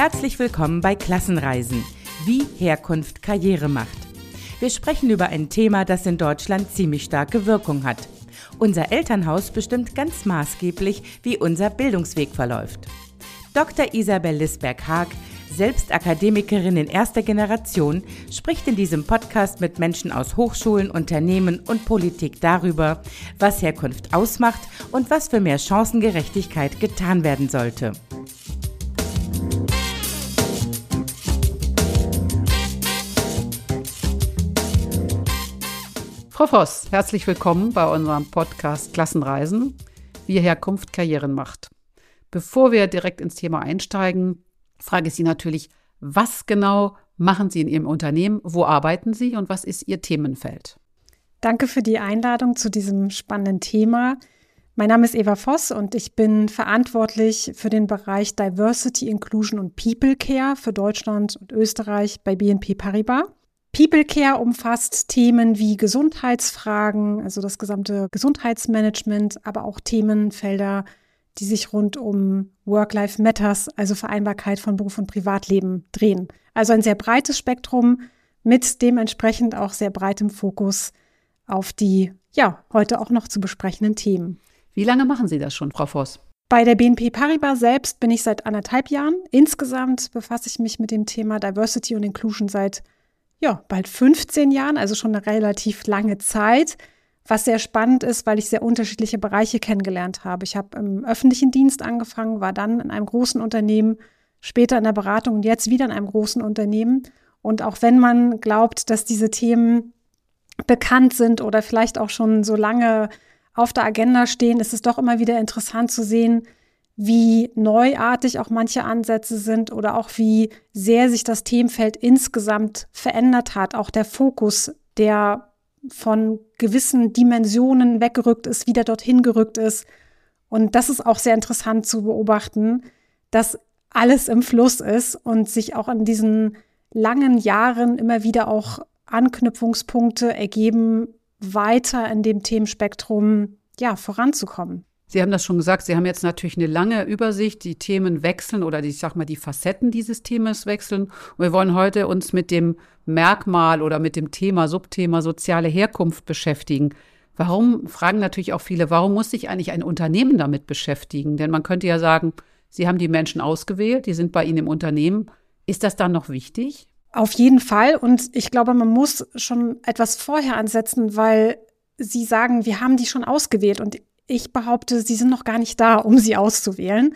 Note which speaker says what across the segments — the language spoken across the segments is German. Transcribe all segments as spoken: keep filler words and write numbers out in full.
Speaker 1: Herzlich willkommen bei Klassenreisen, wie Herkunft Karriere macht. Wir sprechen über ein Thema, das in Deutschland ziemlich starke Wirkung hat. Unser Elternhaus bestimmt ganz maßgeblich, wie unser Bildungsweg verläuft. Doktor Isabel Lisberg-Haag, selbst Akademikerin in erster Generation, spricht in diesem Podcast mit Menschen aus Hochschulen, Unternehmen und Politik darüber, was Herkunft ausmacht und was für mehr Chancengerechtigkeit getan werden sollte.
Speaker 2: Frau Voss, herzlich willkommen bei unserem Podcast Klassenreisen, wie Herkunft Karrieren macht. Bevor wir direkt ins Thema einsteigen, frage ich Sie natürlich, was genau machen Sie in Ihrem Unternehmen, wo arbeiten Sie und was ist Ihr Themenfeld?
Speaker 3: Danke für die Einladung zu diesem spannenden Thema. Mein Name ist Eva Voss und ich bin verantwortlich für den Bereich Diversity, Inclusion und People Care für Deutschland und Österreich bei B N P Paribas. People Care umfasst Themen wie Gesundheitsfragen, also das gesamte Gesundheitsmanagement, aber auch Themenfelder, die sich rund um Work-Life Matters, also Vereinbarkeit von Beruf und Privatleben, drehen. Also ein sehr breites Spektrum mit dementsprechend auch sehr breitem Fokus auf die, ja, heute auch noch zu besprechenden Themen.
Speaker 2: Wie lange machen Sie das schon, Frau Voss?
Speaker 3: Bei der B N P Paribas selbst bin ich seit anderthalb Jahren. Insgesamt befasse ich mich mit dem Thema Diversity und Inclusion seit ja, bald fünfzehn Jahren, also schon eine relativ lange Zeit, was sehr spannend ist, weil ich sehr unterschiedliche Bereiche kennengelernt habe. Ich habe im öffentlichen Dienst angefangen, war dann in einem großen Unternehmen, später in der Beratung und jetzt wieder in einem großen Unternehmen. Und auch wenn man glaubt, dass diese Themen bekannt sind oder vielleicht auch schon so lange auf der Agenda stehen, ist es doch immer wieder interessant zu sehen, wie neuartig auch manche Ansätze sind oder auch wie sehr sich das Themenfeld insgesamt verändert hat. Auch der Fokus, der von gewissen Dimensionen weggerückt ist, wieder dorthin gerückt ist. Und das ist auch sehr interessant zu beobachten, dass alles im Fluss ist und sich auch in diesen langen Jahren immer wieder auch Anknüpfungspunkte ergeben, weiter in dem Themenspektrum ja, voranzukommen.
Speaker 2: Sie haben das schon gesagt, Sie haben jetzt natürlich eine lange Übersicht, die Themen wechseln oder die, ich sag mal, die Facetten dieses Themas wechseln. Und wir wollen heute uns mit dem Merkmal oder mit dem Thema, Subthema soziale Herkunft beschäftigen. Warum, fragen natürlich auch viele, warum muss sich eigentlich ein Unternehmen damit beschäftigen? Denn man könnte ja sagen, Sie haben die Menschen ausgewählt, die sind bei Ihnen im Unternehmen. Ist das dann noch wichtig?
Speaker 3: Auf jeden Fall. Und ich glaube, man muss schon etwas vorher ansetzen, weil Sie sagen, wir haben die schon ausgewählt. Und ich behaupte, sie sind noch gar nicht da, um sie auszuwählen,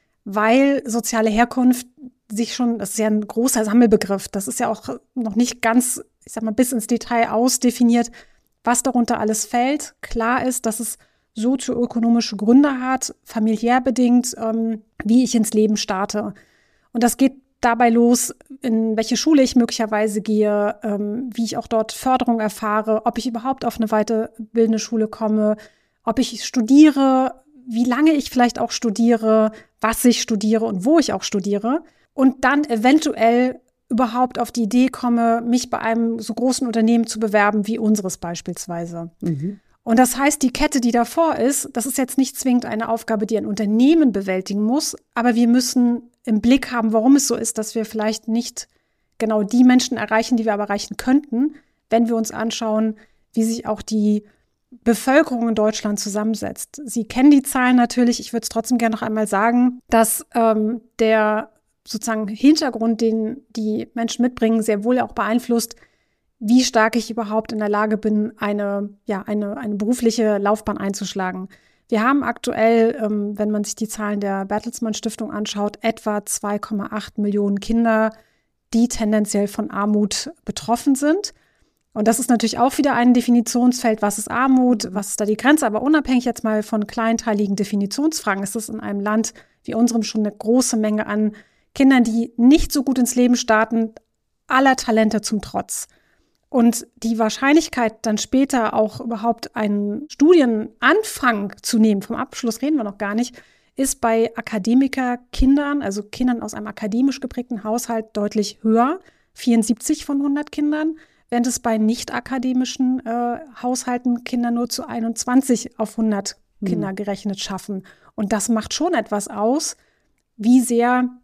Speaker 3: weil soziale Herkunft sich schon, das ist ja ein großer Sammelbegriff, das ist ja auch noch nicht ganz, ich sag mal, bis ins Detail ausdefiniert, was darunter alles fällt. Klar ist, dass es sozioökonomische Gründe hat, familiär bedingt, ähm, wie ich ins Leben starte. Und das geht dabei los, in welche Schule ich möglicherweise gehe, ähm, wie ich auch dort Förderung erfahre, ob ich überhaupt auf eine weiterbildende Schule komme, ob ich studiere, wie lange ich vielleicht auch studiere, was ich studiere und wo ich auch studiere. Und dann eventuell überhaupt auf die Idee komme, mich bei einem so großen Unternehmen zu bewerben wie unseres beispielsweise. Mhm. Und das heißt, die Kette, die davor ist, das ist jetzt nicht zwingend eine Aufgabe, die ein Unternehmen bewältigen muss, aber wir müssen im Blick haben, warum es so ist, dass wir vielleicht nicht genau die Menschen erreichen, die wir aber erreichen könnten, wenn wir uns anschauen, wie sich auch die Bevölkerung in Deutschland zusammensetzt. Sie kennen die Zahlen natürlich. Ich würde es trotzdem gerne noch einmal sagen, dass ähm, der sozusagen Hintergrund, den die Menschen mitbringen, sehr wohl auch beeinflusst, wie stark ich überhaupt in der Lage bin, eine, ja, eine, eine berufliche Laufbahn einzuschlagen. Wir haben aktuell, ähm, wenn man sich die Zahlen der Bertelsmann Stiftung anschaut, etwa zwei Komma acht Millionen Kinder, die tendenziell von Armut betroffen sind. Und das ist natürlich auch wieder ein Definitionsfeld, was ist Armut, was ist da die Grenze, aber unabhängig jetzt mal von kleinteiligen Definitionsfragen ist es in einem Land wie unserem schon eine große Menge an Kindern, die nicht so gut ins Leben starten, aller Talente zum Trotz. Und die Wahrscheinlichkeit, dann später auch überhaupt einen Studienanfang zu nehmen, vom Abschluss reden wir noch gar nicht, ist bei Akademikerkindern, also Kindern aus einem akademisch geprägten Haushalt, deutlich höher, vierundsiebzig von hundert Kindern. Während es bei nicht-akademischen äh, Haushalten Kinder nur zu einundzwanzig auf hundert Kinder gerechnet schaffen. Und das macht schon etwas aus, wie sehr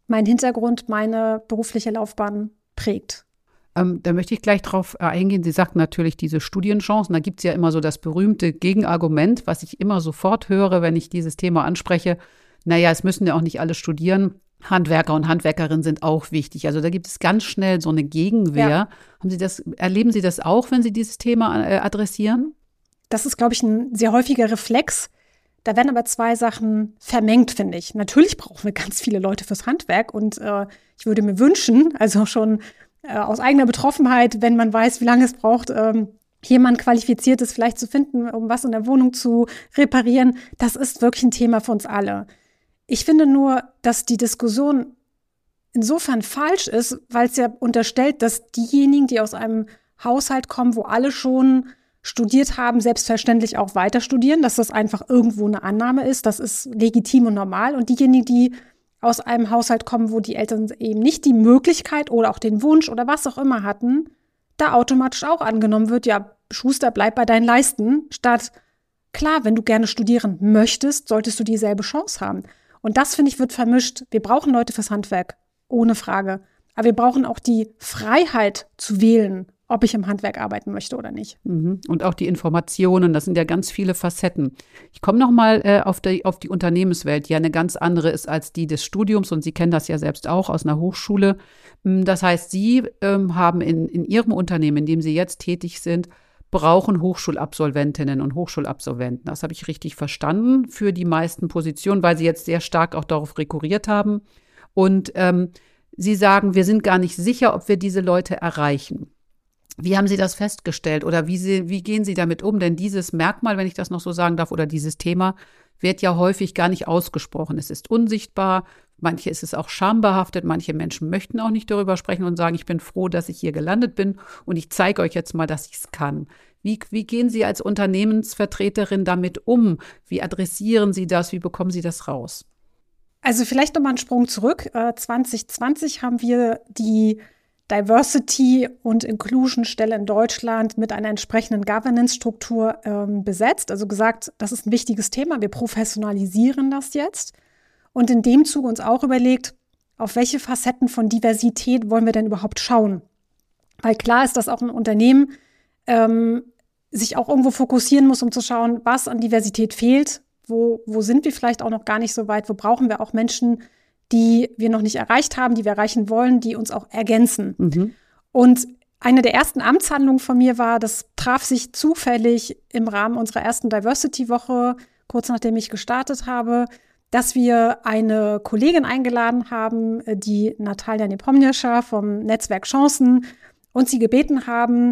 Speaker 3: mein Hintergrund, meine berufliche Laufbahn prägt.
Speaker 2: Ähm, da möchte ich gleich drauf eingehen. Sie sagten natürlich diese Studienchancen. Da gibt es ja immer so das berühmte Gegenargument, was ich immer sofort höre, wenn ich dieses Thema anspreche. Naja, es müssen ja auch nicht alle studieren. Handwerker und Handwerkerinnen sind auch wichtig. Also da gibt es ganz schnell so eine Gegenwehr. Ja. Haben Sie das, erleben Sie das auch, wenn Sie dieses Thema äh, adressieren?
Speaker 3: Das ist, glaube ich, ein sehr häufiger Reflex. Da werden aber zwei Sachen vermengt, finde ich. Natürlich brauchen wir ganz viele Leute fürs Handwerk und äh, ich würde mir wünschen, also schon äh, aus eigener Betroffenheit, wenn man weiß, wie lange es braucht, ähm, jemand Qualifiziertes vielleicht zu finden, um was in der Wohnung zu reparieren. Das ist wirklich ein Thema für uns alle. Ich finde nur, dass die Diskussion insofern falsch ist, weil es ja unterstellt, dass diejenigen, die aus einem Haushalt kommen, wo alle schon studiert haben, selbstverständlich auch weiter studieren, dass das einfach irgendwo eine Annahme ist, das ist legitim und normal. Und diejenigen, die aus einem Haushalt kommen, wo die Eltern eben nicht die Möglichkeit oder auch den Wunsch oder was auch immer hatten, da automatisch auch angenommen wird, ja, Schuster, bleib bei deinen Leisten, statt, klar, wenn du gerne studieren möchtest, solltest du dieselbe Chance haben. Und das, finde ich, wird vermischt. Wir brauchen Leute fürs Handwerk, ohne Frage. Aber wir brauchen auch die Freiheit zu wählen, ob ich im Handwerk arbeiten möchte oder nicht.
Speaker 2: Und auch die Informationen, das sind ja ganz viele Facetten. Ich komme noch mal äh, auf, die, auf die Unternehmenswelt, die ja eine ganz andere ist als die des Studiums. Und Sie kennen das ja selbst auch aus einer Hochschule. Das heißt, Sie ähm, haben in, in Ihrem Unternehmen, in dem Sie jetzt tätig sind, brauchen Hochschulabsolventinnen und Hochschulabsolventen. Das habe ich richtig verstanden für die meisten Positionen, weil Sie jetzt sehr stark auch darauf rekurriert haben. Und ähm, Sie sagen, wir sind gar nicht sicher, ob wir diese Leute erreichen. Wie haben Sie das festgestellt oder wie, Sie, wie gehen Sie damit um? Denn dieses Merkmal, wenn ich das noch so sagen darf, oder dieses Thema wird ja häufig gar nicht ausgesprochen. Es ist unsichtbar, manche ist es auch schambehaftet, manche Menschen möchten auch nicht darüber sprechen und sagen, ich bin froh, dass ich hier gelandet bin und ich zeige euch jetzt mal, dass ich es kann. Wie, wie gehen Sie als Unternehmensvertreterin damit um? Wie adressieren Sie das? Wie bekommen Sie das raus?
Speaker 3: Also vielleicht nochmal einen Sprung zurück. Äh, zwanzig zwanzig haben wir die Diversity- und Inclusion-Stelle in Deutschland mit einer entsprechenden Governance-Struktur ähm, besetzt. Also gesagt, das ist ein wichtiges Thema. Wir professionalisieren das jetzt. Und in dem Zuge uns auch überlegt, auf welche Facetten von Diversität wollen wir denn überhaupt schauen? Weil klar ist, dass auch ein Unternehmen ähm, sich auch irgendwo fokussieren muss, um zu schauen, was an Diversität fehlt. Wo, wo sind wir vielleicht auch noch gar nicht so weit? Wo brauchen wir auch Menschen, die wir noch nicht erreicht haben, die wir erreichen wollen, die uns auch ergänzen. Mhm. Und eine der ersten Amtshandlungen von mir war, das traf sich zufällig im Rahmen unserer ersten Diversity-Woche, kurz nachdem ich gestartet habe, dass wir eine Kollegin eingeladen haben, die Natalia Nepomniascha vom Netzwerk Chancen, und sie gebeten haben,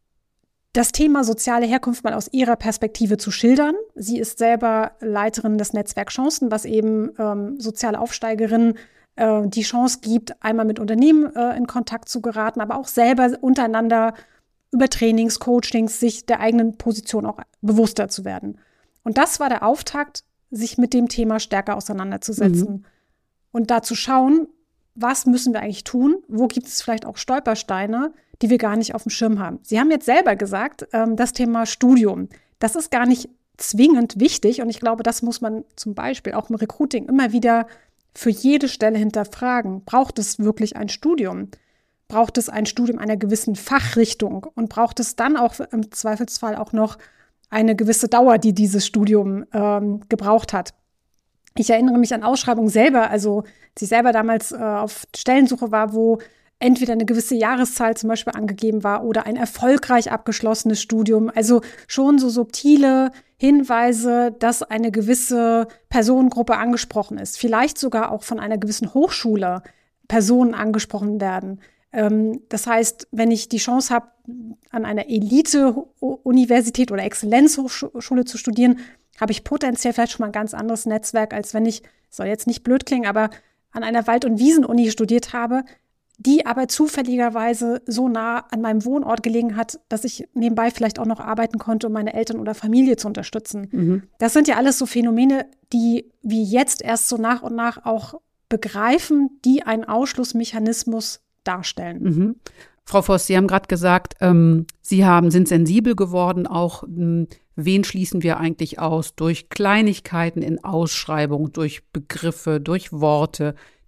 Speaker 3: das Thema soziale Herkunft mal aus ihrer Perspektive zu schildern. Sie ist selber Leiterin des Netzwerk Chancen, was eben ähm, soziale Aufsteigerinnen äh, die Chance gibt, einmal mit Unternehmen äh, in Kontakt zu geraten, aber auch selber untereinander über Trainings, Coachings sich der eigenen Position auch bewusster zu werden. Und das war der Auftakt, sich mit dem Thema stärker auseinanderzusetzen mhm. und da zu schauen, was müssen wir eigentlich tun? Wo gibt es vielleicht auch Stolpersteine, die wir gar nicht auf dem Schirm haben? Sie haben jetzt selber gesagt, ähm, das Thema Studium, das ist gar nicht zwingend wichtig. Und ich glaube, das muss man zum Beispiel auch im Recruiting immer wieder für jede Stelle hinterfragen. Braucht es wirklich ein Studium? Braucht es ein Studium einer gewissen Fachrichtung? Und braucht es dann auch im Zweifelsfall auch noch eine gewisse Dauer, die dieses Studium ähm, gebraucht hat? Ich erinnere mich an Ausschreibungen selber, also als ich selber damals äh, auf Stellensuche war, wo entweder eine gewisse Jahreszahl zum Beispiel angegeben war oder ein erfolgreich abgeschlossenes Studium. Also schon so subtile Hinweise, dass eine gewisse Personengruppe angesprochen ist. Vielleicht sogar auch von einer gewissen Hochschule Personen angesprochen werden. Ähm, das heißt, wenn ich die Chance habe, an einer Elite-Universität oder Exzellenzhochschule zu studieren, habe ich potenziell vielleicht schon mal ein ganz anderes Netzwerk, als wenn ich, soll jetzt nicht blöd klingen, aber an einer Wald- und Wiesen-Uni studiert habe, die aber zufälligerweise so nah an meinem Wohnort gelegen hat, dass ich nebenbei vielleicht auch noch arbeiten konnte, um meine Eltern oder Familie zu unterstützen. Mhm. Das sind ja alles so Phänomene, die wir jetzt erst so nach und nach auch begreifen, die einen Ausschlussmechanismus darstellen.
Speaker 2: Mhm. Frau Voss, Sie haben gerade gesagt, ähm, Sie haben, sind sensibel geworden, auch ähm, wen schließen wir eigentlich aus? Durch Kleinigkeiten in Ausschreibungen, durch Begriffe, durch Worte,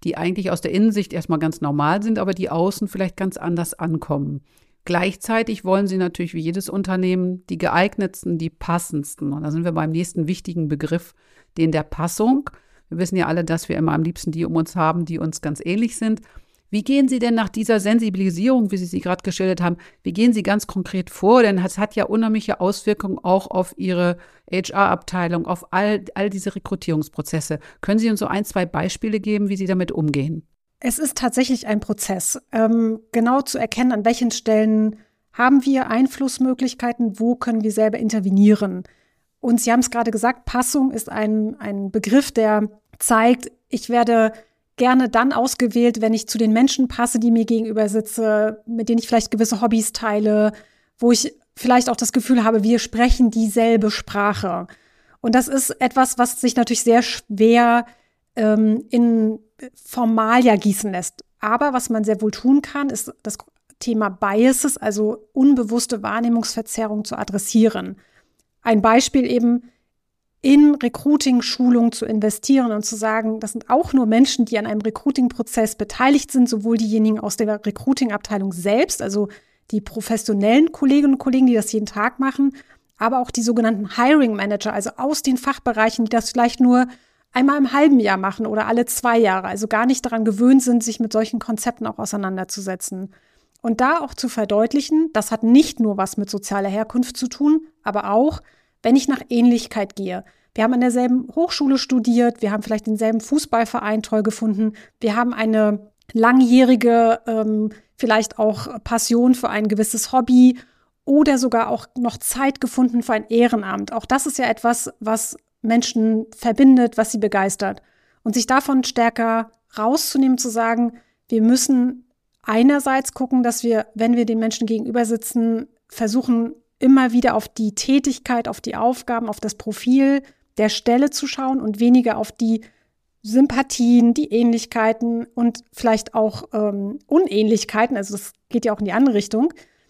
Speaker 2: die eigentlich aus der Innensicht erstmal ganz normal sind, aber die außen vielleicht ganz anders ankommen. Gleichzeitig wollen sie natürlich wie jedes Unternehmen die geeignetsten, die passendsten. Und da sind wir beim nächsten wichtigen Begriff, den der Passung. Wir wissen ja alle, dass wir immer am liebsten die um uns haben, die uns ganz ähnlich sind. Wie gehen Sie denn nach dieser Sensibilisierung, wie Sie sie gerade geschildert haben, wie gehen Sie ganz konkret vor? Denn es hat ja unheimliche Auswirkungen auch auf Ihre H R-Abteilung, auf all, all diese Rekrutierungsprozesse. Können Sie uns so ein, zwei Beispiele geben, wie Sie damit umgehen?
Speaker 3: Es ist tatsächlich ein Prozess, ähm, genau zu erkennen, an welchen Stellen haben wir Einflussmöglichkeiten, wo können wir selber intervenieren. Und Sie haben es gerade gesagt, Passung ist ein, ein Begriff, der zeigt, ich werde gerne dann ausgewählt, wenn ich zu den Menschen passe, die mir gegenüber sitze, mit denen ich vielleicht gewisse Hobbys teile, wo ich vielleicht auch das Gefühl habe, wir sprechen dieselbe Sprache. Und das ist etwas, was sich natürlich sehr schwer ähm, in Formalia gießen lässt. Aber was man sehr wohl tun kann, ist das Thema Biases, also unbewusste Wahrnehmungsverzerrung zu adressieren. Ein Beispiel eben, in Recruiting-Schulung zu investieren und zu sagen, das sind auch nur Menschen, die an einem Recruiting-Prozess beteiligt sind, sowohl diejenigen aus der Recruiting-Abteilung selbst, also die professionellen Kolleginnen und Kollegen, die das jeden Tag machen, aber auch die sogenannten Hiring-Manager, also aus den Fachbereichen, die das vielleicht nur einmal im halben Jahr machen oder alle zwei Jahre, also gar nicht daran gewöhnt sind, sich mit solchen Konzepten auch auseinanderzusetzen. Und da auch zu verdeutlichen, das hat nicht nur was mit sozialer Herkunft zu tun, aber auch, wenn ich nach Ähnlichkeit gehe. Wir haben an derselben Hochschule studiert, wir haben vielleicht denselben Fußballverein toll gefunden, wir haben eine langjährige, ähm, vielleicht auch Passion für ein gewisses Hobby oder sogar auch noch Zeit gefunden für ein Ehrenamt. Auch das ist ja etwas, was Menschen verbindet, was sie begeistert. Und sich davon stärker rauszunehmen, zu sagen, wir müssen einerseits gucken, dass wir, wenn wir den Menschen gegenüber sitzen, versuchen, immer wieder auf die Tätigkeit, auf die Aufgaben, auf das Profil der Stelle zu schauen und weniger auf die Sympathien, die Ähnlichkeiten und vielleicht auch ähm, Unähnlichkeiten, also das geht ja auch in die andere Richtung,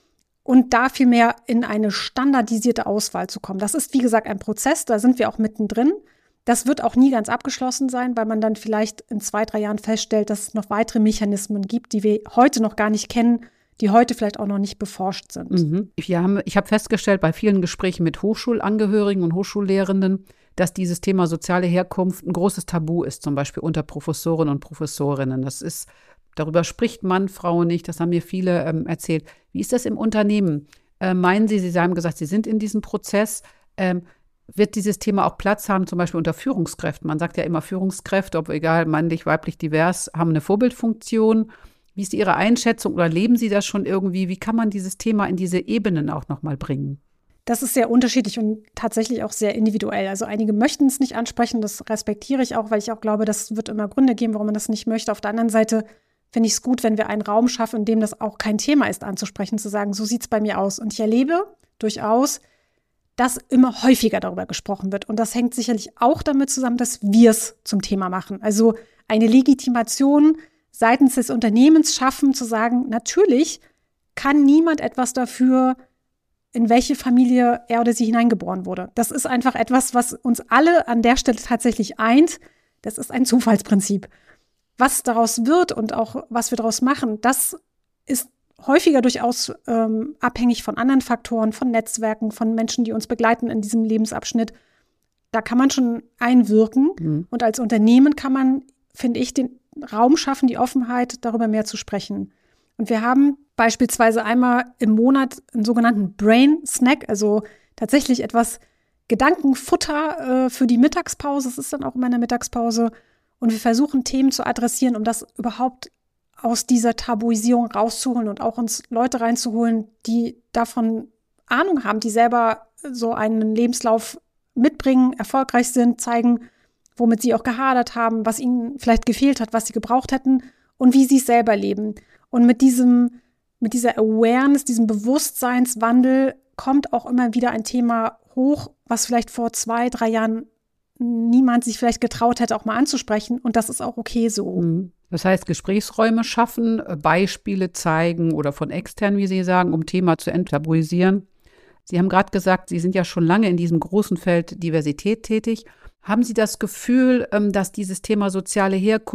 Speaker 3: und da viel mehr in eine standardisierte Auswahl zu kommen. Das ist, wie gesagt, ein Prozess, da sind wir auch mittendrin. Das wird auch nie ganz abgeschlossen sein, weil man dann vielleicht in zwei, drei Jahren feststellt, dass es noch weitere Mechanismen gibt, die wir heute noch gar nicht kennen, die heute vielleicht auch noch nicht beforscht sind.
Speaker 2: Mhm. Wir haben, ich habe festgestellt bei vielen Gesprächen mit Hochschulangehörigen und Hochschullehrenden, dass dieses Thema soziale Herkunft ein großes Tabu ist, zum Beispiel unter Professoren und Professorinnen. Das ist, darüber spricht Mann, Frau nicht, das haben mir viele ähm, erzählt. Wie ist das im Unternehmen? Äh, meinen Sie, Sie haben gesagt, Sie sind in diesem Prozess, ähm, wird dieses Thema auch Platz haben, zum Beispiel unter Führungskräften? Man sagt ja immer, Führungskräfte, ob egal, männlich, weiblich, divers, haben eine Vorbildfunktion. Wie ist Ihre Einschätzung oder leben Sie das schon irgendwie? Wie kann man dieses Thema in diese Ebenen auch nochmal bringen?
Speaker 3: Das ist sehr unterschiedlich und tatsächlich auch sehr individuell. Also einige möchten es nicht ansprechen, das respektiere ich auch, weil ich auch glaube, das wird immer Gründe geben, warum man das nicht möchte. Auf der anderen Seite finde ich es gut, wenn wir einen Raum schaffen, in dem das auch kein Thema ist, anzusprechen, zu sagen, so sieht es bei mir aus. Und ich erlebe durchaus, dass immer häufiger darüber gesprochen wird. Und das hängt sicherlich auch damit zusammen, dass wir es zum Thema machen. Also eine Legitimation seitens des Unternehmens schaffen, zu sagen, natürlich kann niemand etwas dafür, in welche Familie er oder sie hineingeboren wurde. Das ist einfach etwas, was uns alle an der Stelle tatsächlich eint. Das ist ein Zufallsprinzip. Was daraus wird und auch was wir daraus machen, das ist häufiger durchaus ähm, abhängig von anderen Faktoren, von Netzwerken, von Menschen, die uns begleiten in diesem Lebensabschnitt. Da kann man schon einwirken. Mhm. Und als Unternehmen kann man, finde ich, den Raum schaffen, die Offenheit, darüber mehr zu sprechen. Und wir haben beispielsweise einmal im Monat einen sogenannten Brain Snack, also tatsächlich etwas Gedankenfutter äh, für die Mittagspause. Es ist dann auch immer eine Mittagspause. Und wir versuchen, Themen zu adressieren, um das überhaupt aus dieser Tabuisierung rauszuholen und auch uns Leute reinzuholen, die davon Ahnung haben, die selber so einen Lebenslauf mitbringen, erfolgreich sind, zeigen, womit sie auch gehadert haben, was ihnen vielleicht gefehlt hat, was sie gebraucht hätten und wie sie es selber leben. Und mit diesem, mit dieser Awareness, diesem Bewusstseinswandel kommt auch immer wieder ein Thema hoch, was vielleicht vor zwei, drei Jahren niemand sich vielleicht getraut hätte, auch mal anzusprechen. Und das ist auch okay so.
Speaker 2: Das heißt, Gesprächsräume schaffen, Beispiele zeigen oder von extern, wie Sie sagen, um Thema zu enttabuisieren. Sie haben gerade gesagt, Sie sind ja schon lange in diesem großen Feld Diversität tätig. Haben Sie das Gefühl, dass dieses Thema soziale Herkunft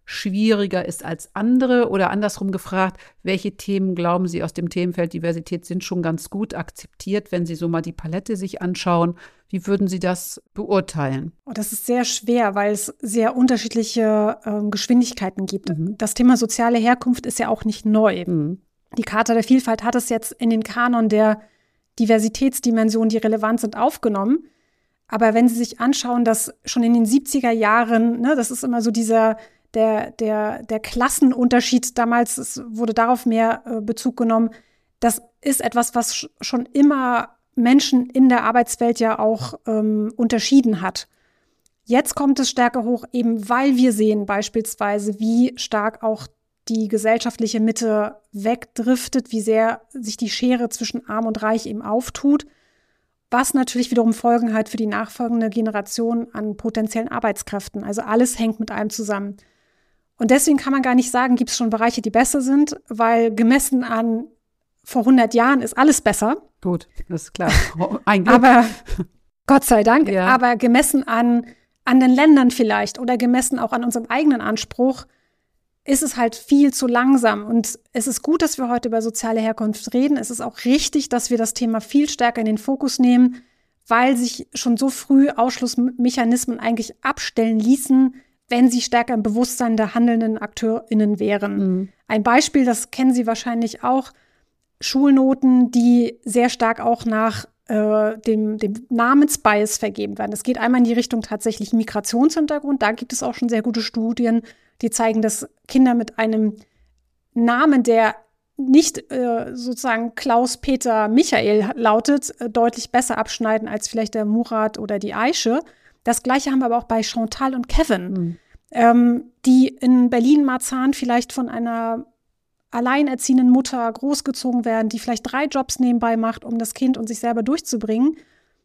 Speaker 2: schwieriger ist als andere? Oder andersrum gefragt, welche Themen, glauben Sie, aus dem Themenfeld Diversität sind schon ganz gut akzeptiert, wenn Sie so mal die Palette sich anschauen? Wie würden Sie das beurteilen?
Speaker 3: Oh, das ist sehr schwer, weil es sehr unterschiedliche ähm, Geschwindigkeiten gibt.
Speaker 2: Mhm.
Speaker 3: Das Thema soziale Herkunft ist ja auch nicht neu.
Speaker 2: Mhm.
Speaker 3: Die Charta der Vielfalt hat es jetzt in den Kanon der Diversitätsdimensionen, die relevant sind, aufgenommen. Aber wenn Sie sich anschauen, dass schon in den siebziger Jahren, ne, das ist immer so dieser Der, der, der Klassenunterschied damals, es wurde darauf mehr äh, Bezug genommen. Das ist etwas, was sch- schon immer Menschen in der Arbeitswelt ja auch ähm, unterschieden hat. Jetzt kommt es stärker hoch, eben weil wir sehen beispielsweise, wie stark auch die gesellschaftliche Mitte wegdriftet, wie sehr sich die Schere zwischen Arm und Reich eben auftut, was natürlich wiederum Folgen hat für die nachfolgende Generation an potenziellen Arbeitskräften. Also alles hängt mit allem zusammen. Und deswegen kann man gar nicht sagen, gibt es schon Bereiche, die besser sind, weil gemessen an vor hundert Jahren ist alles besser.
Speaker 2: Gut, das ist klar. Ein Glück.
Speaker 3: Aber Gott sei Dank,
Speaker 2: Ja.
Speaker 3: aber gemessen an anderen Ländern vielleicht oder gemessen auch an unserem eigenen Anspruch, ist es halt viel zu langsam. Und es ist gut, dass wir heute über soziale Herkunft reden. Es ist auch richtig, dass wir das Thema viel stärker in den Fokus nehmen, weil sich schon so früh Ausschlussmechanismen eigentlich abstellen ließen, wenn sie stärker im Bewusstsein der handelnden AkteurInnen wären.
Speaker 2: Mhm.
Speaker 3: Ein Beispiel, das kennen Sie wahrscheinlich auch, Schulnoten, die sehr stark auch nach äh, dem, dem Namensbias vergeben werden. Es geht einmal in die Richtung tatsächlich Migrationshintergrund. Da gibt es auch schon sehr gute Studien, die zeigen, dass Kinder mit einem Namen, der nicht äh, sozusagen Klaus, Peter, Michael lautet, äh, deutlich besser abschneiden als vielleicht der Murat oder die Aische. Das Gleiche haben wir aber auch bei Chantal und Kevin,
Speaker 2: Mhm.
Speaker 3: ähm, die in Berlin-Marzahn vielleicht von einer alleinerziehenden Mutter großgezogen werden, die vielleicht drei Jobs nebenbei macht, um das Kind und sich selber durchzubringen.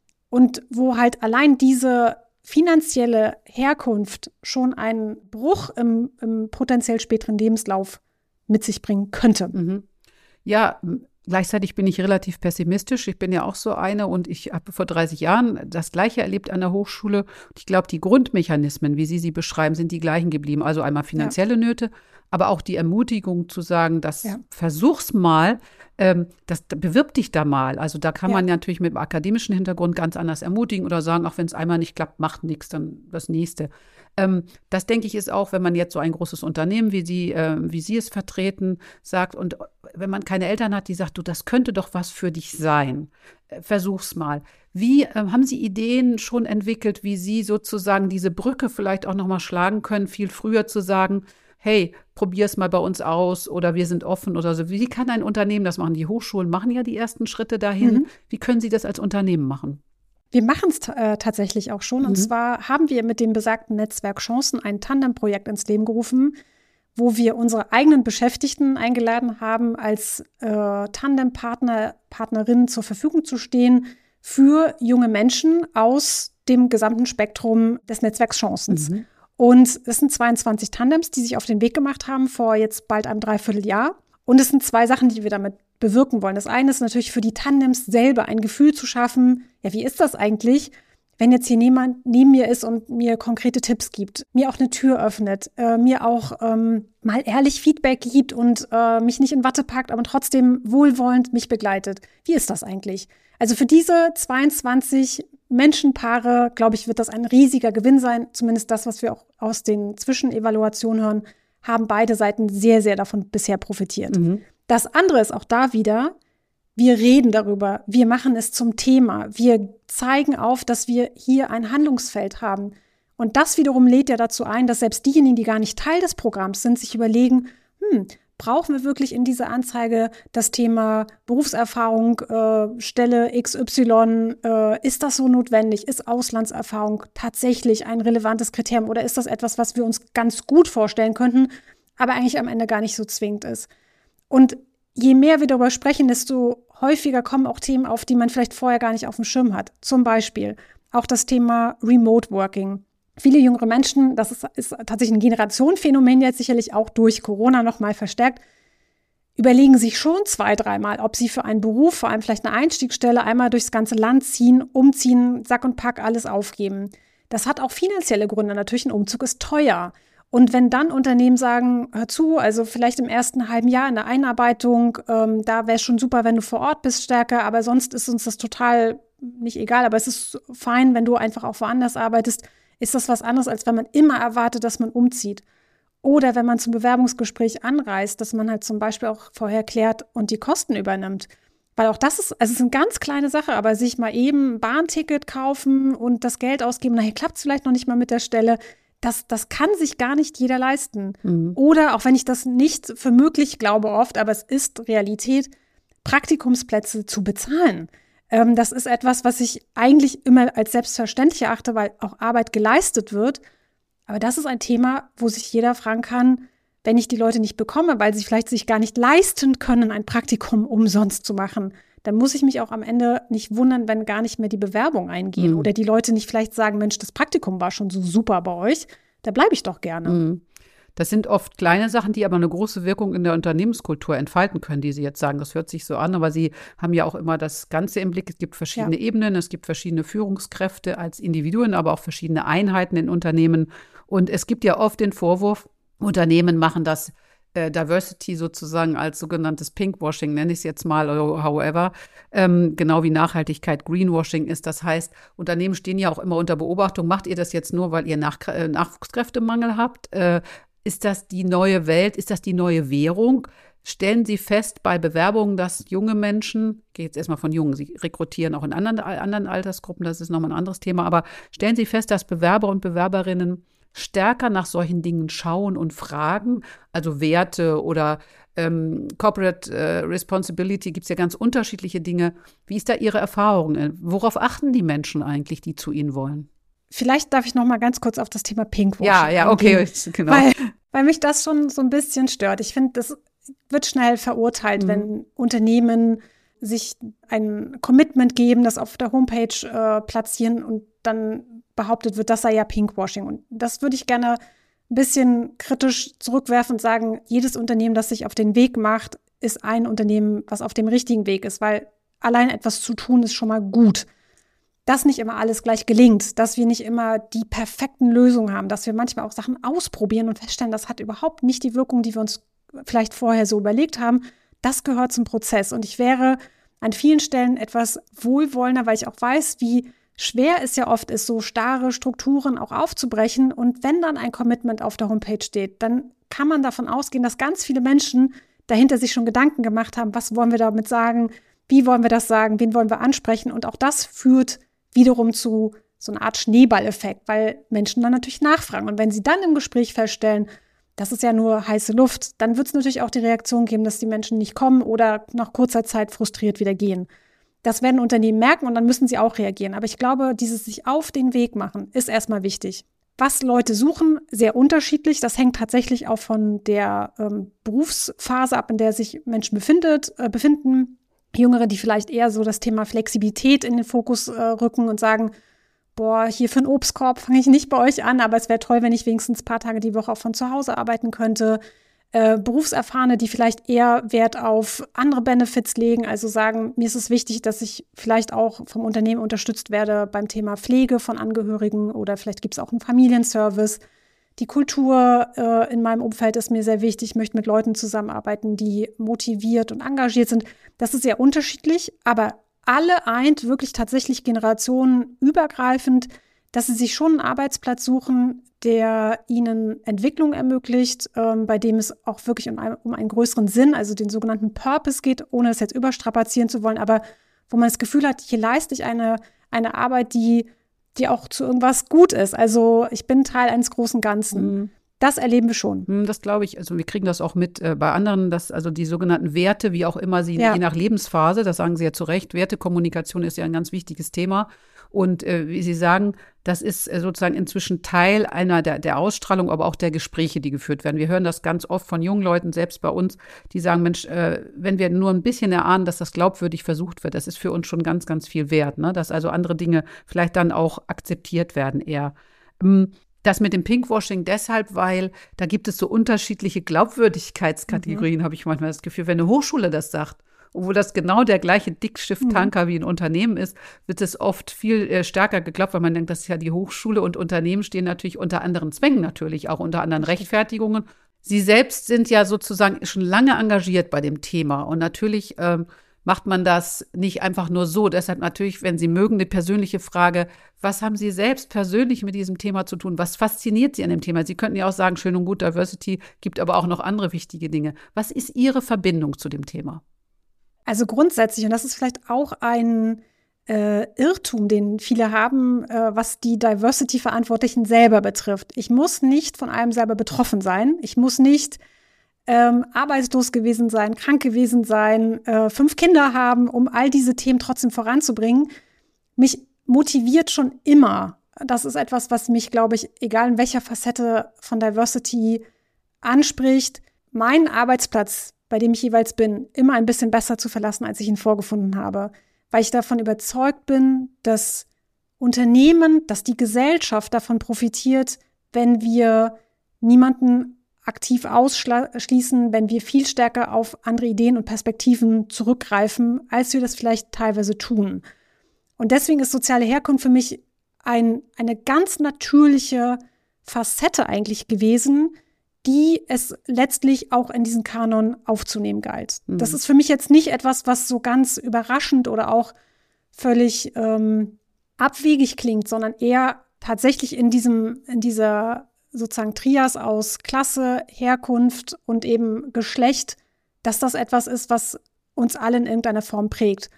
Speaker 3: Und wo halt allein diese finanzielle Herkunft schon einen Bruch im, im potenziell späteren Lebenslauf mit sich bringen könnte.
Speaker 2: Mhm. Ja, m- gleichzeitig bin ich relativ pessimistisch. Ich bin ja auch so eine und ich habe vor dreißig Jahren das Gleiche erlebt an der Hochschule. Und ich glaube, die Grundmechanismen, wie Sie sie beschreiben, sind die gleichen geblieben. Also einmal finanzielle Nöte, aber auch die Ermutigung zu sagen, das
Speaker 3: Ja.
Speaker 2: versuch's mal, ähm, das bewirb dich da mal. Also da kann
Speaker 3: Ja.
Speaker 2: man natürlich mit dem akademischen Hintergrund ganz anders ermutigen oder sagen, auch wenn es einmal nicht klappt, macht nichts, dann das nächste. Ähm, das denke ich ist auch, wenn man jetzt so ein großes Unternehmen, wie Sie, äh, wie Sie es vertreten, sagt und wenn man keine Eltern hat, die sagt, du, das könnte doch was für dich sein. Äh, Versuch's mal. Wie äh, haben Sie Ideen schon entwickelt, wie Sie sozusagen diese Brücke vielleicht auch noch mal schlagen können, viel früher zu sagen, hey, probier's mal bei uns aus oder wir sind offen oder so. Wie kann ein Unternehmen das machen? Die Hochschulen machen ja die ersten Schritte dahin.
Speaker 3: Mhm.
Speaker 2: Wie können Sie das als Unternehmen machen?
Speaker 3: Wir machen es äh, tatsächlich auch schon.
Speaker 2: Mhm.
Speaker 3: Und zwar haben wir mit dem besagten Netzwerk Chancen ein Tandemprojekt ins Leben gerufen, wo wir unsere eigenen Beschäftigten eingeladen haben, als äh, Tandempartner, Partnerinnen zur Verfügung zu stehen für junge Menschen aus dem gesamten Spektrum des Netzwerks Chancens.
Speaker 2: Mhm.
Speaker 3: Und es sind zweiundzwanzig Tandems, die sich auf den Weg gemacht haben vor jetzt bald einem Dreivierteljahr. Und es sind zwei Sachen, die wir damit bewirken wollen. Das eine ist natürlich für die Tandems selber ein Gefühl zu schaffen, ja, wie ist das eigentlich, wenn jetzt hier jemand neben mir ist und mir konkrete Tipps gibt, mir auch eine Tür öffnet, äh, mir auch ähm, mal ehrlich Feedback gibt und äh, mich nicht in Watte packt, aber trotzdem wohlwollend mich begleitet. Wie ist das eigentlich? Also für diese zweiundzwanzig Menschenpaare, glaube ich, wird das ein riesiger Gewinn sein. Zumindest das, was wir auch aus den Zwischenevaluationen hören, haben beide Seiten sehr, sehr davon bisher profitiert.
Speaker 2: Mhm.
Speaker 3: Das andere ist auch da wieder, wir reden darüber, wir machen es zum Thema, wir zeigen auf, dass wir hier ein Handlungsfeld haben. Und das wiederum lädt ja dazu ein, dass selbst diejenigen, die gar nicht Teil des Programms sind, sich überlegen, hm, brauchen wir wirklich in dieser Anzeige das Thema Berufserfahrung, äh, Stelle X Y, äh, ist das so notwendig? Ist Auslandserfahrung tatsächlich ein relevantes Kriterium oder ist das etwas, was wir uns ganz gut vorstellen könnten, aber eigentlich am Ende gar nicht so zwingend ist? Und je mehr wir darüber sprechen, desto häufiger kommen auch Themen auf, die man vielleicht vorher gar nicht auf dem Schirm hat. Zum Beispiel auch das Thema Remote Working. Viele jüngere Menschen, das ist, ist tatsächlich ein Generationenphänomen jetzt sicherlich auch durch Corona noch mal verstärkt, überlegen sich schon zwei, dreimal, ob sie für einen Beruf, vor allem vielleicht eine Einstiegsstelle, einmal durchs ganze Land ziehen, umziehen, Sack und Pack, alles aufgeben. Das hat auch finanzielle Gründe. Natürlich, ein Umzug ist teuer. Und wenn dann Unternehmen sagen, hör zu, also vielleicht im ersten halben Jahr in der Einarbeitung, ähm, da wäre es schon super, wenn du vor Ort bist stärker, aber sonst ist uns das total nicht egal, aber es ist fein, wenn du einfach auch woanders arbeitest, ist das was anderes, als wenn man immer erwartet, dass man umzieht. Oder wenn man zum Bewerbungsgespräch anreist, dass man halt zum Beispiel auch vorher klärt und die Kosten übernimmt. Weil auch das ist, also es ist eine ganz kleine Sache, aber sich mal eben ein Bahnticket kaufen und das Geld ausgeben, nachher klappt es vielleicht noch nicht mal mit der Stelle, das, das kann sich gar nicht jeder leisten. Mhm. Oder, auch wenn ich das nicht für möglich glaube oft, aber es ist Realität, Praktikumsplätze zu bezahlen. Ähm, das ist etwas, was ich eigentlich immer als selbstverständlich erachte, weil auch Arbeit geleistet wird. Aber das ist ein Thema, wo sich jeder fragen kann, wenn ich die Leute nicht bekomme, weil sie vielleicht sich gar nicht leisten können, ein Praktikum umsonst zu machen, dann muss ich mich auch am Ende nicht wundern, wenn gar nicht mehr die Bewerbung eingehen. Mhm. Oder die Leute nicht vielleicht sagen, Mensch, das Praktikum war schon so super bei euch, da bleibe ich doch gerne.
Speaker 2: Mhm. Das sind oft kleine Sachen, die aber eine große Wirkung in der Unternehmenskultur entfalten können, die Sie jetzt sagen. Das hört sich so an, aber Sie haben ja auch immer das Ganze im Blick. Es gibt verschiedene ja. Ebenen, es gibt verschiedene Führungskräfte als Individuen, aber auch verschiedene Einheiten in Unternehmen. Und es gibt ja oft den Vorwurf, Unternehmen machen das äh, Diversity sozusagen als sogenanntes Pinkwashing, nenne ich es jetzt mal, oder however, ähm, genau wie Nachhaltigkeit Greenwashing ist. Das heißt, Unternehmen stehen ja auch immer unter Beobachtung. Macht ihr das jetzt nur, weil ihr Nach- äh, Nachwuchskräftemangel habt? Äh, ist das die neue Welt? Ist das die neue Währung? Stellen Sie fest bei Bewerbungen, dass junge Menschen, ich gehe jetzt erstmal von Jungen, Sie rekrutieren auch in anderen, anderen Altersgruppen, das ist nochmal ein anderes Thema, aber stellen Sie fest, dass Bewerber und Bewerberinnen stärker nach solchen Dingen schauen und fragen, also Werte oder ähm, Corporate äh, Responsibility, gibt es ja ganz unterschiedliche Dinge. Wie ist da Ihre Erfahrung? Worauf achten die Menschen eigentlich, die zu Ihnen wollen?
Speaker 3: Vielleicht darf ich noch mal ganz kurz auf das Thema Pinkwashing
Speaker 2: Ja, ja, okay, genau.
Speaker 3: Weil, weil mich das schon so ein bisschen stört. Ich finde, das wird schnell verurteilt, mhm. wenn Unternehmen sich ein Commitment geben, das auf der Homepage äh, platzieren und dann behauptet wird, das sei ja Pinkwashing. Und das würde ich gerne ein bisschen kritisch zurückwerfen und sagen, jedes Unternehmen, das sich auf den Weg macht, ist ein Unternehmen, was auf dem richtigen Weg ist, weil allein etwas zu tun ist schon mal gut. Dass nicht immer alles gleich gelingt, dass wir nicht immer die perfekten Lösungen haben, dass wir manchmal auch Sachen ausprobieren und feststellen, das hat überhaupt nicht die Wirkung, die wir uns vielleicht vorher so überlegt haben, das gehört zum Prozess. Und ich wäre an vielen Stellen etwas wohlwollender, weil ich auch weiß, wie schwer es ja oft ist, so starre Strukturen auch aufzubrechen. Und wenn dann ein Commitment auf der Homepage steht, dann kann man davon ausgehen, dass ganz viele Menschen dahinter sich schon Gedanken gemacht haben, was wollen wir damit sagen, wie wollen wir das sagen, wen wollen wir ansprechen. Und auch das führt wiederum zu so einer Art Schneeballeffekt, weil Menschen dann natürlich nachfragen. Und wenn sie dann im Gespräch feststellen, das ist ja nur heiße Luft, dann wird es natürlich auch die Reaktion geben, dass die Menschen nicht kommen oder nach kurzer Zeit frustriert wieder gehen. Das werden Unternehmen merken und dann müssen sie auch reagieren. Aber ich glaube, dieses sich auf den Weg machen, ist erstmal wichtig. Was Leute suchen, sehr unterschiedlich. Das hängt tatsächlich auch von der ähm, Berufsphase ab, in der sich Menschen befindet, äh, befinden. Jüngere, die vielleicht eher so das Thema Flexibilität in den Fokus äh, rücken und sagen, boah, hier für einen Obstkorb fange ich nicht bei euch an, aber es wäre toll, wenn ich wenigstens ein paar Tage die Woche auch von zu Hause arbeiten könnte. Äh, Berufserfahrene, die vielleicht eher Wert auf andere Benefits legen, also sagen, mir ist es wichtig, dass ich vielleicht auch vom Unternehmen unterstützt werde beim Thema Pflege von Angehörigen oder vielleicht gibt es auch einen Familienservice. Die Kultur äh, in meinem Umfeld ist mir sehr wichtig. Ich möchte mit Leuten zusammenarbeiten, die motiviert und engagiert sind. Das ist sehr unterschiedlich, aber alle eint wirklich tatsächlich generationenübergreifend, dass sie sich schon einen Arbeitsplatz suchen, der ihnen Entwicklung ermöglicht, ähm, bei dem es auch wirklich um, ein, um einen größeren Sinn, also den sogenannten Purpose geht, ohne es jetzt überstrapazieren zu wollen, aber wo man das Gefühl hat, hier leiste ich eine, eine Arbeit, die, die auch zu irgendwas gut ist. Also ich bin Teil eines großen Ganzen. Mhm. Das erleben wir schon.
Speaker 2: Das glaube ich. Also wir kriegen das auch mit äh, bei anderen, dass also die sogenannten Werte, wie auch immer sie, ja. je nach Lebensphase, das sagen Sie ja zu Recht, Wertekommunikation ist ja ein ganz wichtiges Thema. Und äh, wie Sie sagen, das ist äh, sozusagen inzwischen Teil einer der, der Ausstrahlung, aber auch der Gespräche, die geführt werden. Wir hören das ganz oft von jungen Leuten, selbst bei uns, die sagen, Mensch, äh, wenn wir nur ein bisschen erahnen, dass das glaubwürdig versucht wird, das ist für uns schon ganz, ganz viel wert, ne? Dass also andere Dinge vielleicht dann auch akzeptiert werden eher. Ähm, Das mit dem Pinkwashing deshalb, weil da gibt es so unterschiedliche Glaubwürdigkeitskategorien, mhm. habe ich manchmal das Gefühl. Wenn eine Hochschule das sagt obwohl das genau der gleiche Dickschiff-Tanker mhm. wie ein Unternehmen ist, wird es oft viel äh, stärker geglaubt, weil man denkt, das ist ja die Hochschule und Unternehmen stehen natürlich unter anderen Zwängen natürlich, auch unter anderen Rechtfertigungen. Sie selbst sind ja sozusagen schon lange engagiert bei dem Thema und natürlich ähm, macht man das nicht einfach nur so. Deshalb natürlich, wenn Sie mögen, eine persönliche Frage, was haben Sie selbst persönlich mit diesem Thema zu tun? Was fasziniert Sie an dem Thema? Sie könnten ja auch sagen, schön und gut, Diversity, gibt aber auch noch andere wichtige Dinge. Was ist Ihre Verbindung zu dem Thema?
Speaker 3: Also grundsätzlich, und das ist vielleicht auch ein äh, Irrtum, den viele haben, äh, was die Diversity-Verantwortlichen selber betrifft. Ich muss nicht von allem selber betroffen sein. Ich muss nicht Ähm, arbeitslos gewesen sein, krank gewesen sein, äh, fünf Kinder haben, um all diese Themen trotzdem voranzubringen. Mich motiviert schon immer. Das ist etwas, was mich, glaube ich, egal in welcher Facette von Diversity anspricht, meinen Arbeitsplatz, bei dem ich jeweils bin, immer ein bisschen besser zu verlassen, als ich ihn vorgefunden habe. Weil ich davon überzeugt bin, dass Unternehmen, dass die Gesellschaft davon profitiert, wenn wir niemanden aktiv ausschließen, wenn wir viel stärker auf andere Ideen und Perspektiven zurückgreifen, als wir das vielleicht teilweise tun. Und deswegen ist soziale Herkunft für mich ein, eine ganz natürliche Facette eigentlich gewesen, die es letztlich auch in diesen Kanon aufzunehmen galt. Mhm. Das ist für mich jetzt nicht etwas, was so ganz überraschend oder auch völlig ähm, abwegig klingt, sondern eher tatsächlich in diesem, in dieser sozusagen Trias aus Klasse, Herkunft und eben Geschlecht, dass das etwas ist, was uns alle in irgendeiner Form prägt.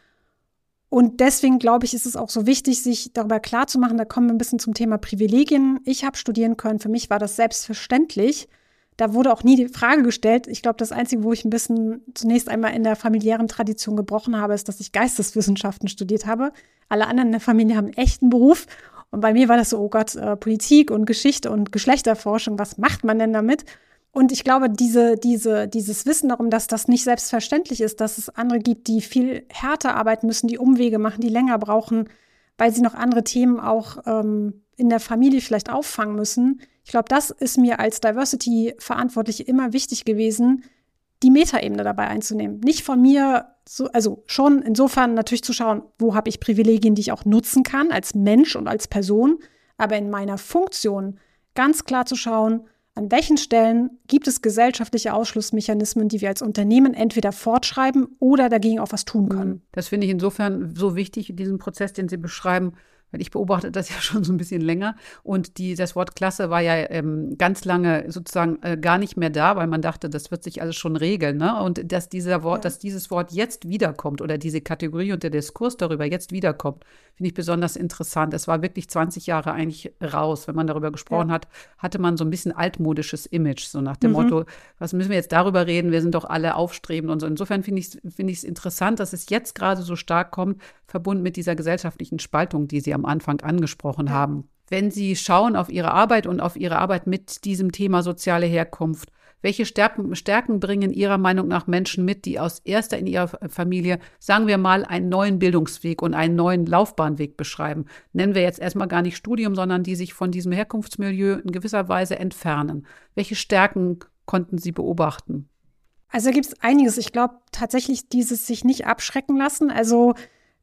Speaker 3: Und deswegen, glaube ich, ist es auch so wichtig, sich darüber klarzumachen, da kommen wir ein bisschen zum Thema Privilegien. Ich habe studieren können, für mich war das selbstverständlich. Da wurde auch nie die Frage gestellt. Ich glaube, das Einzige, wo ich ein bisschen zunächst einmal in der familiären Tradition gebrochen habe, ist, dass ich Geisteswissenschaften studiert habe. Alle anderen in der Familie haben einen echten Beruf. Und bei mir war das so, oh Gott, äh, Politik und Geschichte und Geschlechterforschung, was macht man denn damit? Und ich glaube, diese, diese, dieses Wissen darum, dass das nicht selbstverständlich ist, dass es andere gibt, die viel härter arbeiten müssen, die Umwege machen, die länger brauchen, weil sie noch andere Themen auch ähm, in der Familie vielleicht auffangen müssen. Ich glaube, das ist mir als Diversity-Verantwortliche immer wichtig gewesen, die Metaebene dabei einzunehmen. Nicht von mir, so, also schon insofern natürlich zu schauen, wo habe ich Privilegien, die ich auch nutzen kann als Mensch und als Person, aber in meiner Funktion ganz klar zu schauen, an welchen Stellen gibt es gesellschaftliche Ausschlussmechanismen, die wir als Unternehmen entweder fortschreiben oder dagegen auch was tun können.
Speaker 2: Das finde ich insofern so wichtig, diesen Prozess, den Sie beschreiben, weil ich beobachte das ja schon so ein bisschen länger. Und die, das Wort Klasse war ja ähm, ganz lange sozusagen äh, gar nicht mehr da, weil man dachte, das wird sich alles schon regeln. Ne? Und dass, dieser Wort, ja. dass dieses Wort jetzt wiederkommt oder diese Kategorie und der Diskurs darüber jetzt wiederkommt, finde ich besonders interessant. Es war wirklich zwanzig Jahre eigentlich raus. Wenn man darüber gesprochen ja. hat, hatte man so ein bisschen altmodisches Image, so nach dem mhm. Motto, was müssen wir jetzt darüber reden? Wir sind doch alle aufstrebend und so. Insofern finde ich es finde ich es interessant, dass es jetzt gerade so stark kommt, verbunden mit dieser gesellschaftlichen Spaltung, die Sie am Anfang angesprochen ja. haben. Wenn Sie schauen auf Ihre Arbeit und auf Ihre Arbeit mit diesem Thema soziale Herkunft, welche Stärken, Stärken bringen Ihrer Meinung nach Menschen mit, die aus erster in ihrer Familie, sagen wir mal, einen neuen Bildungsweg und einen neuen Laufbahnweg beschreiben? Nennen wir jetzt erstmal gar nicht Studium, sondern die sich von diesem Herkunftsmilieu in gewisser Weise entfernen. Welche Stärken konnten Sie beobachten?
Speaker 3: Also da gibt es einiges. Ich glaube tatsächlich dieses sich nicht abschrecken lassen, also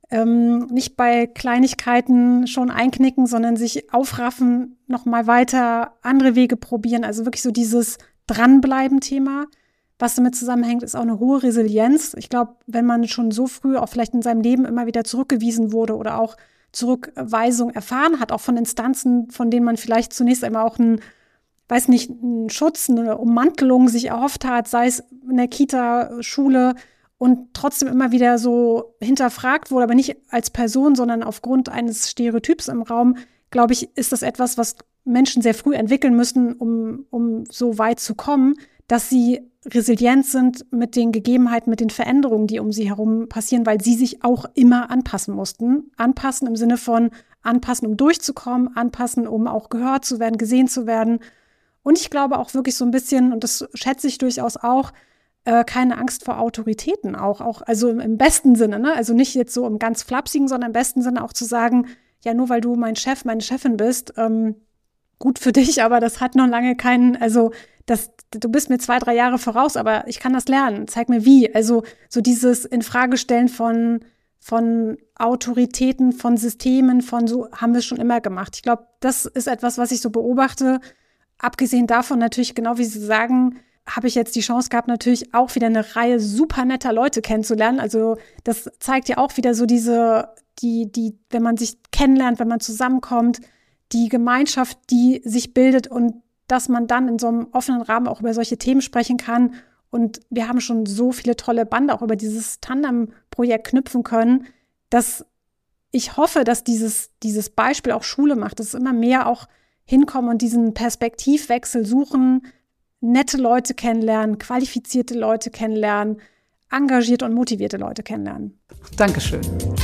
Speaker 3: ähm, nicht bei Kleinigkeiten schon einknicken, sondern sich aufraffen, nochmal weiter andere Wege probieren. Also wirklich so dieses Dranbleiben-Thema. Was damit zusammenhängt, ist auch eine hohe Resilienz. Ich glaube, wenn man schon so früh auch vielleicht in seinem Leben immer wieder zurückgewiesen wurde oder auch Zurückweisung erfahren hat, auch von Instanzen, von denen man vielleicht zunächst einmal auch einen, weiß nicht, einen Schutz, eine Ummantelung sich erhofft hat, sei es in der Kita, Schule, und trotzdem immer wieder so hinterfragt wurde, aber nicht als Person, sondern aufgrund eines Stereotyps im Raum, glaube ich, ist das etwas, was Menschen sehr früh entwickeln müssen, um, um so weit zu kommen, dass sie resilient sind mit den Gegebenheiten, mit den Veränderungen, die um sie herum passieren, weil sie sich auch immer anpassen mussten. Anpassen im Sinne von anpassen, um durchzukommen, anpassen, um auch gehört zu werden, gesehen zu werden. Und ich glaube auch wirklich so ein bisschen, und das schätze ich durchaus auch, äh, keine Angst vor Autoritäten auch, auch also im, im besten Sinne, ne? Also nicht jetzt so im ganz flapsigen, sondern im besten Sinne auch zu sagen, ja, nur weil du mein Chef, meine Chefin bist, ähm, gut für dich, aber das hat noch lange keinen, also das, du bist mir zwei, drei Jahre voraus, aber ich kann das lernen. Zeig mir wie. Also so dieses Infragestellen von, von Autoritäten, von Systemen, von so haben wir es schon immer gemacht. Ich glaube, das ist etwas, was ich so beobachte. Abgesehen davon natürlich, genau wie Sie sagen, habe ich jetzt die Chance gehabt, natürlich auch wieder eine Reihe super netter Leute kennenzulernen. Also das zeigt ja auch wieder so diese, die, die, wenn man sich kennenlernt, wenn man zusammenkommt, die Gemeinschaft, die sich bildet und dass man dann in so einem offenen Rahmen auch über solche Themen sprechen kann. Und wir haben schon so viele tolle Bande auch über dieses Tandem-Projekt knüpfen können, dass ich hoffe, dass dieses, dieses Beispiel auch Schule macht, dass immer mehr auch hinkommen und diesen Perspektivwechsel suchen, nette Leute kennenlernen, qualifizierte Leute kennenlernen, engagierte und motivierte Leute kennenlernen.
Speaker 2: Dankeschön.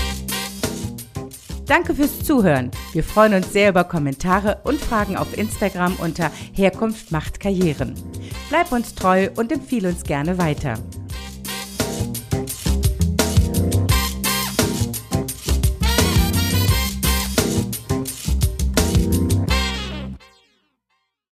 Speaker 1: Danke fürs Zuhören. Wir freuen uns sehr über Kommentare und Fragen auf Instagram unter Herkunft macht Karrieren. Bleib uns treu und empfehle uns gerne weiter.